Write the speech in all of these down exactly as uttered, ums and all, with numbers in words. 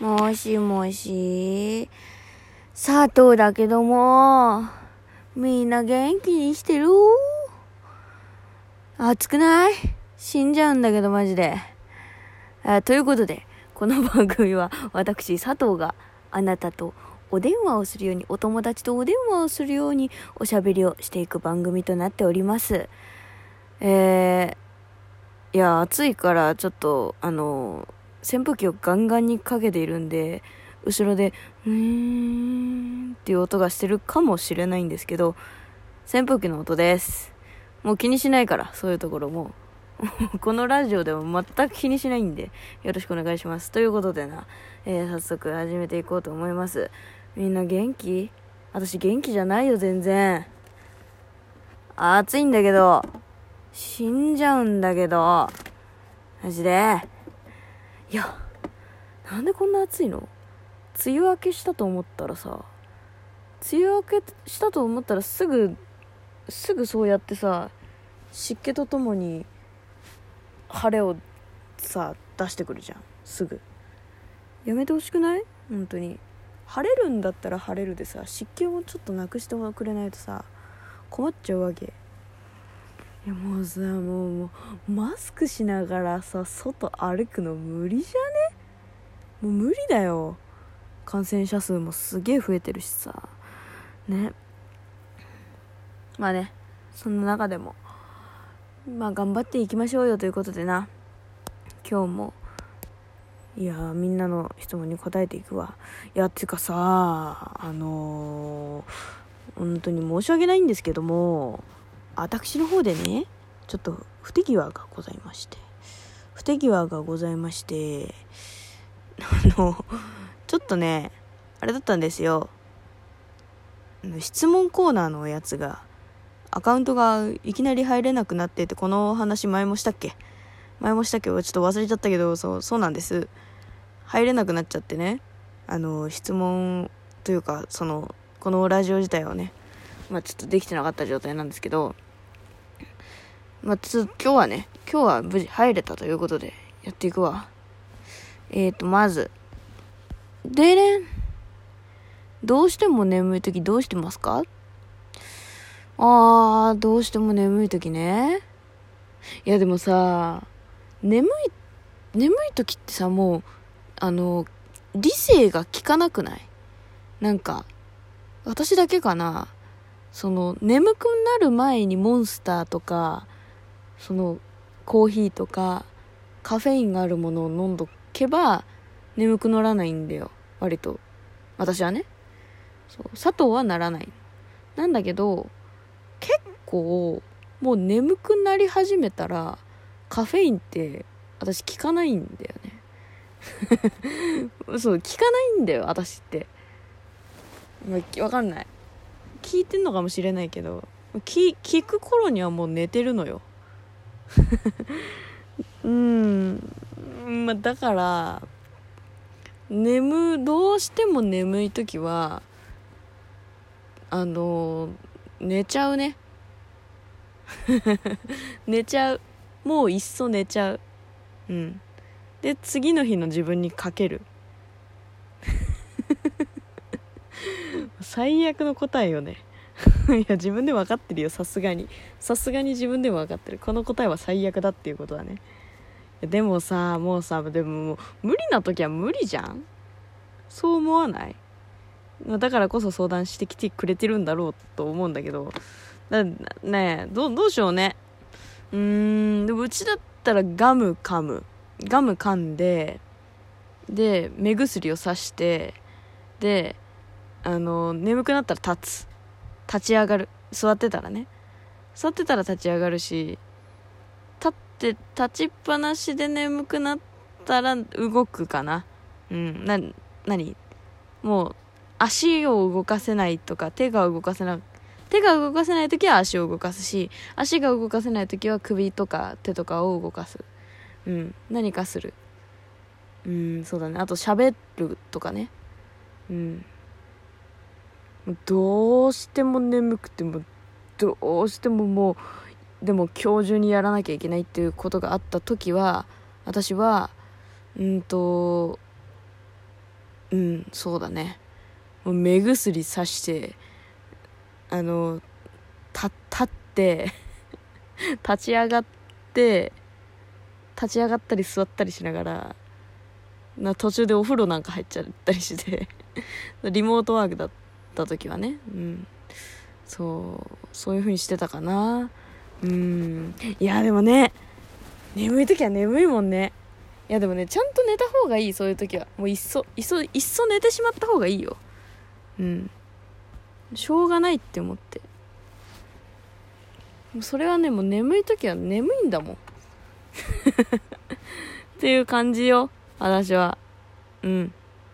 もしもし、佐藤だけども、みんな元気にしてる？暑くない？死んじゃうんだけどマジで。あ、ということで、この番組は私佐藤があなたとお電話をするように、お友達とお電話をするようにおしゃべりをしていく番組となっております。えー、いや暑いからちょっとあの扇風機をガンガンにかけているんで、後ろでうーんっていう音がしてるかもしれないんですけど、扇風機の音です。もう気にしないから、そういうところもこのラジオでも全く気にしないんで、よろしくお願いします。ということでな、えー、早速始めていこうと思います。みんな元気？私元気じゃないよ全然。暑いんだけど、死んじゃうんだけど、マジで。いや、なんでこんな暑いの？梅雨明けしたと思ったらさ、梅雨明けしたと思ったらすぐすぐそうやってさ、湿気とともに晴れをさ出してくるじゃん。すぐやめてほしくない？本当に晴れるんだったら晴れるでさ、湿気をちょっとなくしてくれないとさ困っちゃうわけ。いやもうさ、もう、もうマスクしながらさ外歩くの無理じゃね？もう無理だよ。感染者数もすげえ増えてるしさね。まあね、そんな中でもまあ頑張っていきましょうよということでな、今日もいやみんなの質問に答えていくわ。いやっていうかさ、あのー、本当に申し訳ないんですけども、私の方でねちょっと不手際がございまして不手際がございましてあのちょっとねあれだったんですよ。質問コーナーのやつがアカウントがいきなり入れなくなってて、この話前もしたっけ前もしたっけちょっと忘れちゃったけど、そうそうなんです。入れなくなっちゃってね、あの質問というかそのこのラジオ自体をね、まあちょっとできてなかった状態なんですけど、まあつ今日はね今日は無事入れたということでやっていくわ。えーとまずでれん、どうしても眠いときどうしてますか？あー、どうしても眠いときね。いやでもさ、眠い眠いときってさ、もうあの理性が効かなくない？なんか私だけかな、その眠くなる前にモンスターとかそのコーヒーとかカフェインがあるものを飲んどけば眠くならないんだよ、割と。私はね、そう佐藤はならないなんだけど、結構もう眠くなり始めたらカフェインって私効かないんだよねそう、効かないんだよ私って。わかんない、聞いてんのかもしれないけど、聞く頃にはもう寝てるのようーん、まあ、だから眠どうしても眠い時はあの寝ちゃうね寝ちゃう、もういっそ寝ちゃう。うんで次の日の自分にかける最悪の答えよねいや自分で分かってるよ、さすがにさすがに自分でも分かってる、この答えは最悪だっていうことはね。でもさ、もうさ、でももう無理な時は無理じゃん。そう思わない？だからこそ相談してきてくれてるんだろうと思うんだけど、だねえ、どうどうしようね。うーん、でもうちだったらガム噛むガム噛んで、で目薬をさして、であの眠くなったら立つ立ち上がる、座ってたらね座ってたら立ち上がるし、立って立ちっぱなしで眠くなったら動くかな。うんな何もう足を動かせないとか手が動かせない手が動かせないときは足を動かすし、足が動かせないときは首とか手とかを動かす。うん何かする。うんそうだね、あと喋るとかね。うんどうしても眠くてもどうしてももうでも今日中にやらなきゃいけないっていうことがあった時は、私はうんとうんそうだね、もう目薬さしてあのた立って立ち上がって立ち上がったり座ったりしながらな途中でお風呂なんか入っちゃったりしてリモートワークだった時はね、うんそうそういう風にしてたかな。うんいやでもね眠い時は眠いもんね。いやでもねちゃんと寝た方がいい。そういう時はもういっそいっそいっそ寝てしまった方がいいよ。うんしょうがないって思って、それはねもう眠い時は眠いんだもんっていう感じよ私は。うん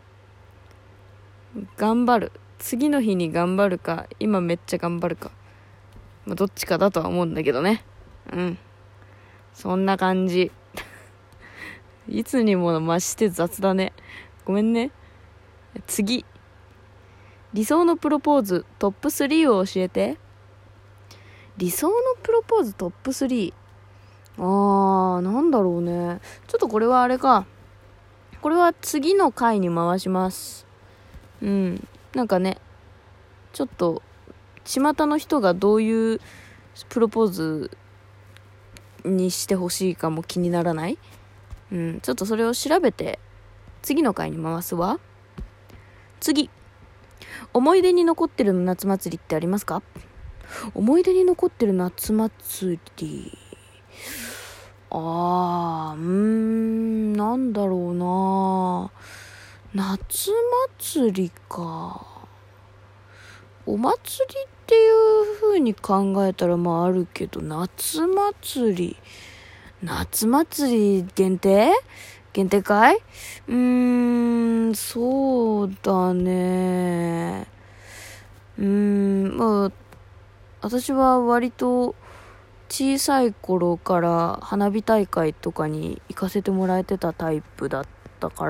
頑張る、次の日に頑張るか今めっちゃ頑張るか、まあ、どっちかだとは思うんだけどね。うんそんな感じいつにも増して雑だね、ごめんね。次、理想のプロポーズトップスリーを教えて。理想のプロポーズトップスリー、あーなんだろうね。ちょっとこれはあれか、これは次の回に回します。うんなんかねちょっと巷の人がどういうプロポーズにしてほしいかも気にならない？うんちょっとそれを調べて次の回に回すわ。次、思い出に残ってる夏祭りってありますか？思い出に残ってる夏祭り、あーうーんなんだろうな。夏祭りか。お祭りっていう風に考えたらまああるけど、夏祭り夏祭り限定限定かい？うーんそうだね。うーんまあ私は割と小さい頃から花火大会とかに行かせてもらえてたタイプだったから、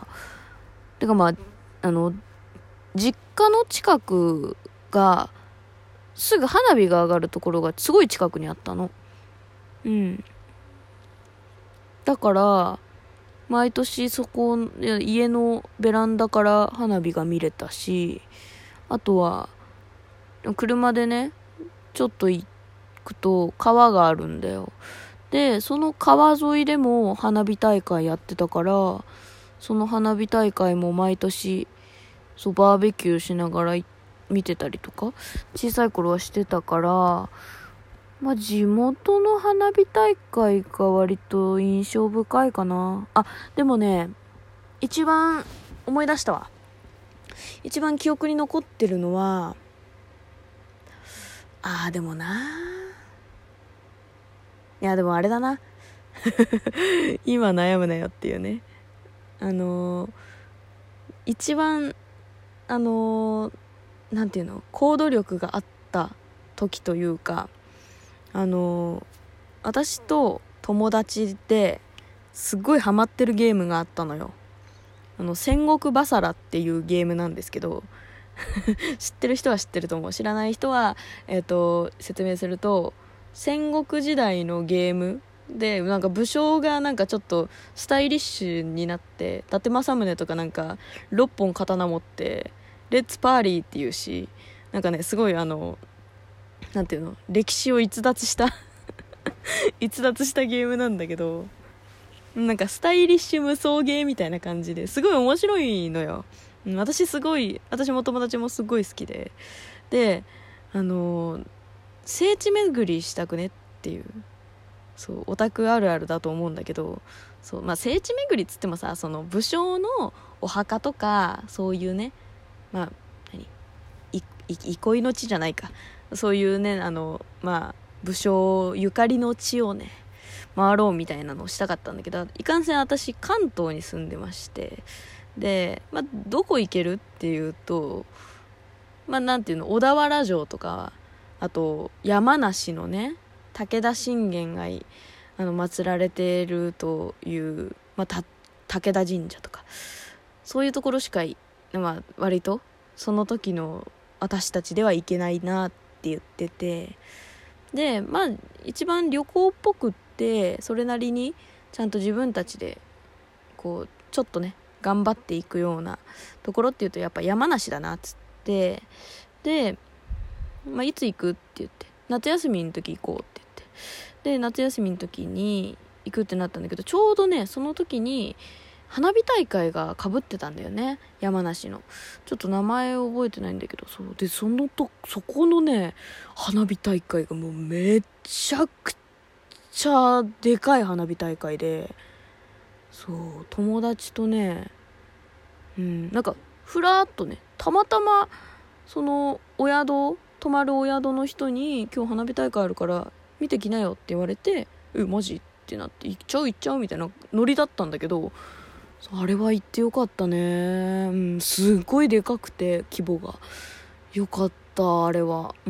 てかまああの実家の近くがすぐ花火が上がるところがすごい近くにあったの。うんだから毎年そこ家のベランダから花火が見れたし、あとは車でねちょっと行くと川があるんだよ。でその川沿いでも花火大会やってたから、その花火大会も毎年そうバーベキューしながら見てたりとか小さい頃はしてたから、まあ地元の花火大会が割と印象深いかな。あでもね一番思い出したわ。一番記憶に残ってるのはあーでもないやでもあれだな今悩むなよっていうね、あのー、一番あのー、なんていうの行動力があった時というか、あのー、私と友達ですっごいハマってるゲームがあったのよ。あの戦国バサラっていうゲームなんですけど知ってる人は知ってると思う。知らない人は、えーと、説明すると戦国時代のゲームでなんか武将がなんかちょっとスタイリッシュになって、伊達政宗とかなんかろっぽん刀持ってレッツパーリーっていうし、なんかねすごいあのなんていうの歴史を逸脱した逸脱したゲームなんだけど、なんかスタイリッシュ無双ゲーみたいな感じですごい面白いのよ。私すごい私も友達もすごい好きで、であの聖地巡りしたくねっていう、そうオタクあるあるだと思うんだけど、そう、まあ、聖地巡りっつってもさ、その武将のお墓とかそういうね、まあ何いい憩いの地じゃないか、そういうねあのまあ武将ゆかりの地をね回ろうみたいなのをしたかったんだけど、いかんせん私関東に住んでまして、で、まあ、どこ行けるっていうと、まあなんていうの小田原城とか、あと山梨のね武田信玄があの祀られているという、まあ、た武田神社とかそういうところしか、まあ、割とその時の私たちでは行けないなって言ってて、でまあ一番旅行っぽくってそれなりにちゃんと自分たちでこうちょっとね頑張っていくようなところっていうとやっぱ山梨だなっつって、で、まあ、いつ行くって言って、夏休みの時行こうって言って、で夏休みの時に行くってなったんだけど、ちょうどねその時に花火大会が被ってたんだよね、山梨の。ちょっと名前覚えてないんだけど、そうで、そのとそこのね花火大会がもうめちゃくちゃでかい花火大会で、そう友達とね、うんなんかふらっとね、たまたまそのお宿泊まるお宿の人に今日花火大会あるから見てきなよって言われて、えマジってなって、行っちゃう行っちゃうみたいなノリだったんだけど、あれは行ってよかったね。うん、すごいでかくて規模がよかった、あれは。うん。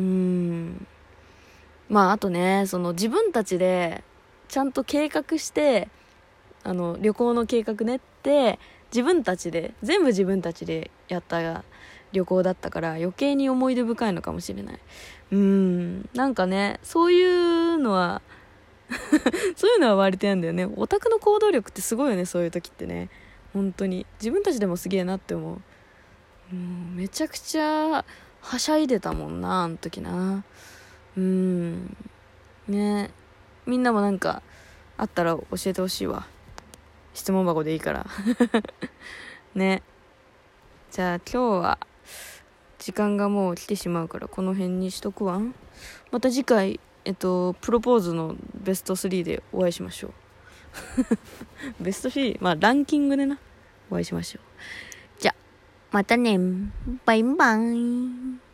まああとね、その自分たちでちゃんと計画して、あの旅行の計画練って自分たちで全部自分たちでやった旅行だったから余計に思い出深いのかもしれない。うんなんかね、そういうのはそういうのは割とやんだよね。オタクの行動力ってすごいよね、そういう時ってね。本当に自分たちでもすげえなって思う。うんめちゃくちゃはしゃいでたもんな、あの時な。うんね、みんなもなんかあったら教えてほしいわ。質問箱でいいからね。じゃあ今日は時間がもう来てしまうからこの辺にしとくわ。また次回えっとプロポーズのベストスリーでお会いしましょうベストスリー、まあランキングでなお会いしましょう。じゃまたね、バイバイ。